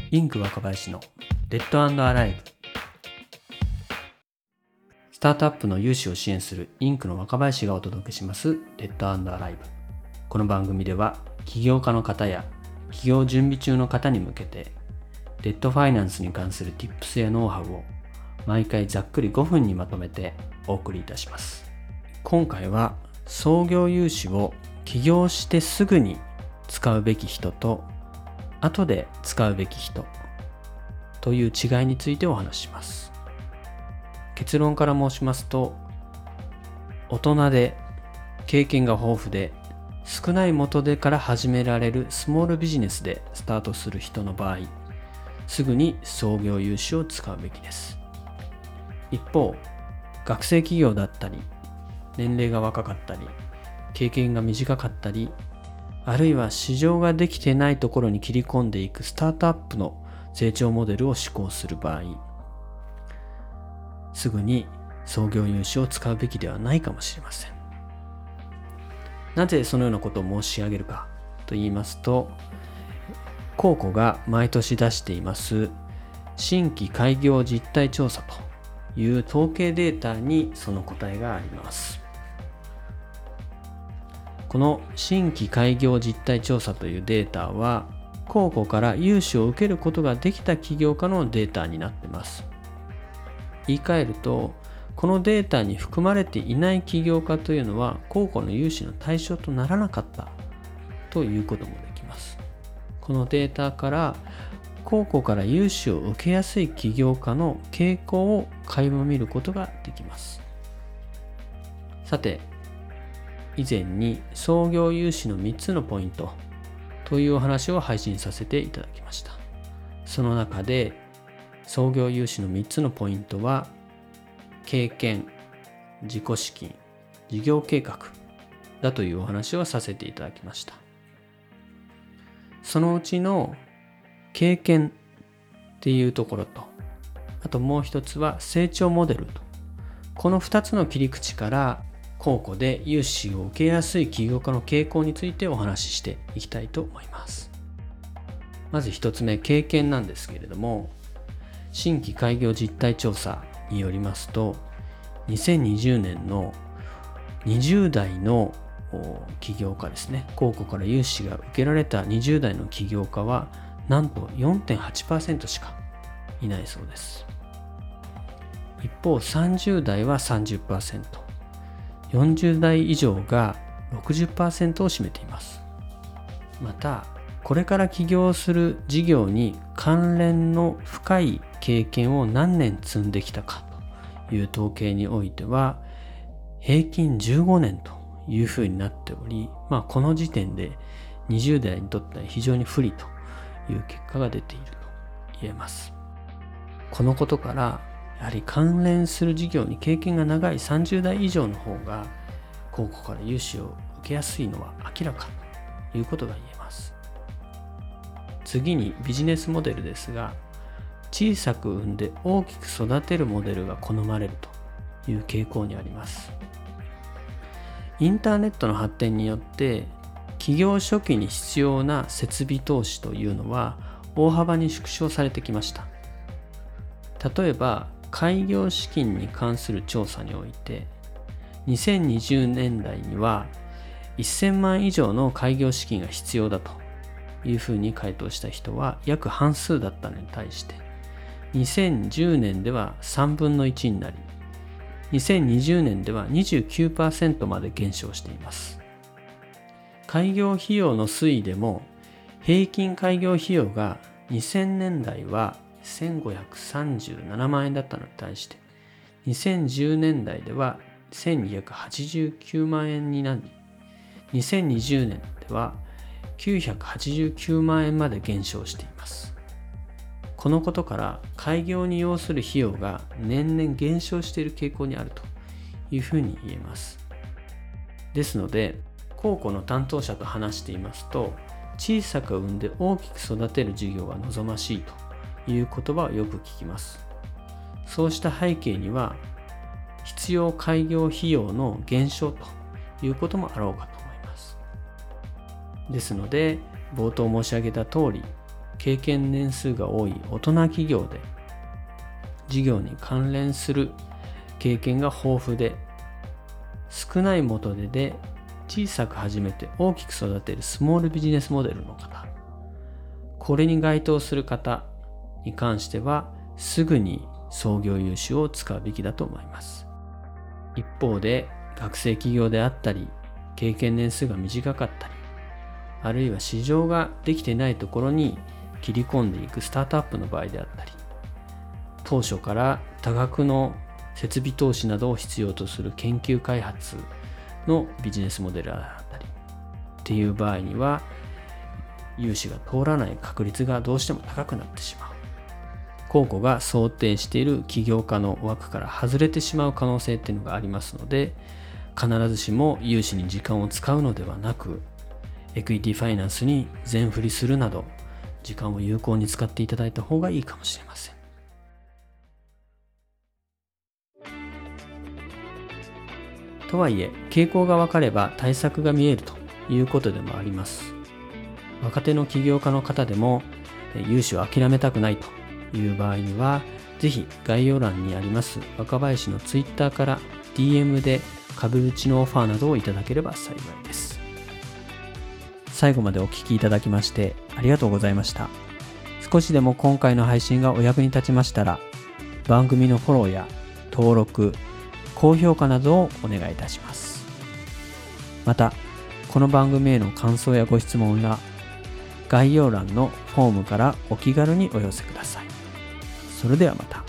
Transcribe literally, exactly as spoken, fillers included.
インク若林のデッド&アライブ。スタートアップの融資を支援するインクの若林がお届けしますデッド&アライブ。この番組では起業家の方や起業準備中の方に向けてデッドファイナンスに関する Tips やノウハウを毎回ざっくりごふんにまとめてお送りいたします。今回は創業融資を起業してすぐに使うべき人と後で使うべき人という違いについてお話しします。結論から申しますと、大人で経験が豊富で少ない元手から始められるスモールビジネスでスタートする人の場合、すぐに創業融資を使うべきです。一方、学生企業だったり、年齢が若かったり、経験が短かったり、あるいは市場ができてないところに切り込んでいくスタートアップの成長モデルを施行する場合、すぐに創業融資を使うべきではないかもしれません。なぜそのようなことを申し上げるかと言いますと、公庫が毎年出しています新規開業実態調査という統計データにその答えがあります。この新規開業実態調査というデータは、公庫から融資を受けることができた起業家のデータになっています。言い換えると、このデータに含まれていない起業家というのは、公庫の融資の対象とならなかったということもできます。このデータから、公庫から融資を受けやすい起業家の傾向を垣間見ることができます。さて、以前に創業融資のみっつのポイントというお話を配信させていただきました。その中で創業融資のみっつのポイントは、経験、自己資金、事業計画だというお話をさせていただきました。そのうちの経験っていうところと、あともう一つは成長モデルと、このふたつの切り口から公庫で融資を受けやすい起業家の傾向についてお話ししていきたいと思います。まず一つ目、経験なんですけれども、新規開業実態調査によりますと、にせんにじゅうねんのにじゅう代の起業家ですね、公庫から融資が受けられたにじゅう代の起業家はなんと よんてんはちパーセント しかいないそうです。一方、さんじゅう代は さんじゅっパーセント、よんじゅう代以上が ろくじゅっパーセント を占めています。また、これから起業する事業に関連の深い経験を何年積んできたかという統計においては、平均じゅうごねんというふうになっており、まあ、この時点でにじゅう代にとっては非常に不利という結果が出ていると言えます。このことから、やはり関連する事業に経験が長いさんじゅう代以上の方が公庫から融資を受けやすいのは明らかということが言えます。次にビジネスモデルですが、小さく産んで大きく育てるモデルが好まれるという傾向にあります。インターネットの発展によって起業初期に必要な設備投資というのは大幅に縮小されてきました。例えば開業資金に関する調査において、にせんにじゅうねん代にはせんまん以上の開業資金が必要だというふうに回答した人は約半数だったのに対して、にせんじゅうねんではさんぶんのいちになり、にせんにじゅうねんでは にじゅうきゅうパーセント まで減少しています。開業費用の推移でも、平均開業費用がにせんねん代はせんごひゃくさんじゅうななまん円だったのに対して、にせんじゅうねん代ではせんにひゃくはちじゅうきゅうまん円になり、にせんにじゅうねんではきゅうひゃくはちじゅうきゅうまん円まで減少しています。このことから開業に要する費用が年々減少している傾向にあるというふうに言えます。ですので、公庫の担当者と話していますと、小さく産んで大きく育てる事業が望ましいという言葉をよく聞きます。そうした背景には、必要開業費用の減少ということもあろうかと思います。ですので、冒頭申し上げた通り、 経験年数が多い大人企業で事業に関連する経験が豊富で少ない元手で小さく始めて大きく育てるスモールビジネスモデルの方、これに該当する方に関してはすぐに創業融資を使うべきだと思います。一方で学生企業であったり経験年数が短かったり、あるいは市場ができてないところに切り込んでいくスタートアップの場合であったり、当初から多額の設備投資などを必要とする研究開発のビジネスモデルだったりっていう場合には融資が通らない確率がどうしても高くなってしまう。公庫が想定している起業家の枠から外れてしまう可能性っていうのがありますので、必ずしも融資に時間を使うのではなく、エクイティファイナンスに全振りするなど時間を有効に使っていただいた方がいいかもしれません。とはいえ傾向が分かれば対策が見えるということでもあります。若手の起業家の方でも融資を諦めたくないという場合には、ぜひ概要欄にあります若林のツイッターから ディーエム で株打ちのオファーなどをいただければ幸いです。最後までお聞きいただきましてありがとうございました。少しでも今回の配信がお役に立ちましたら、番組のフォローや登録、高評価などをお願いいたします。また、この番組への感想やご質問は概要欄のフォームからお気軽にお寄せください。それではまた。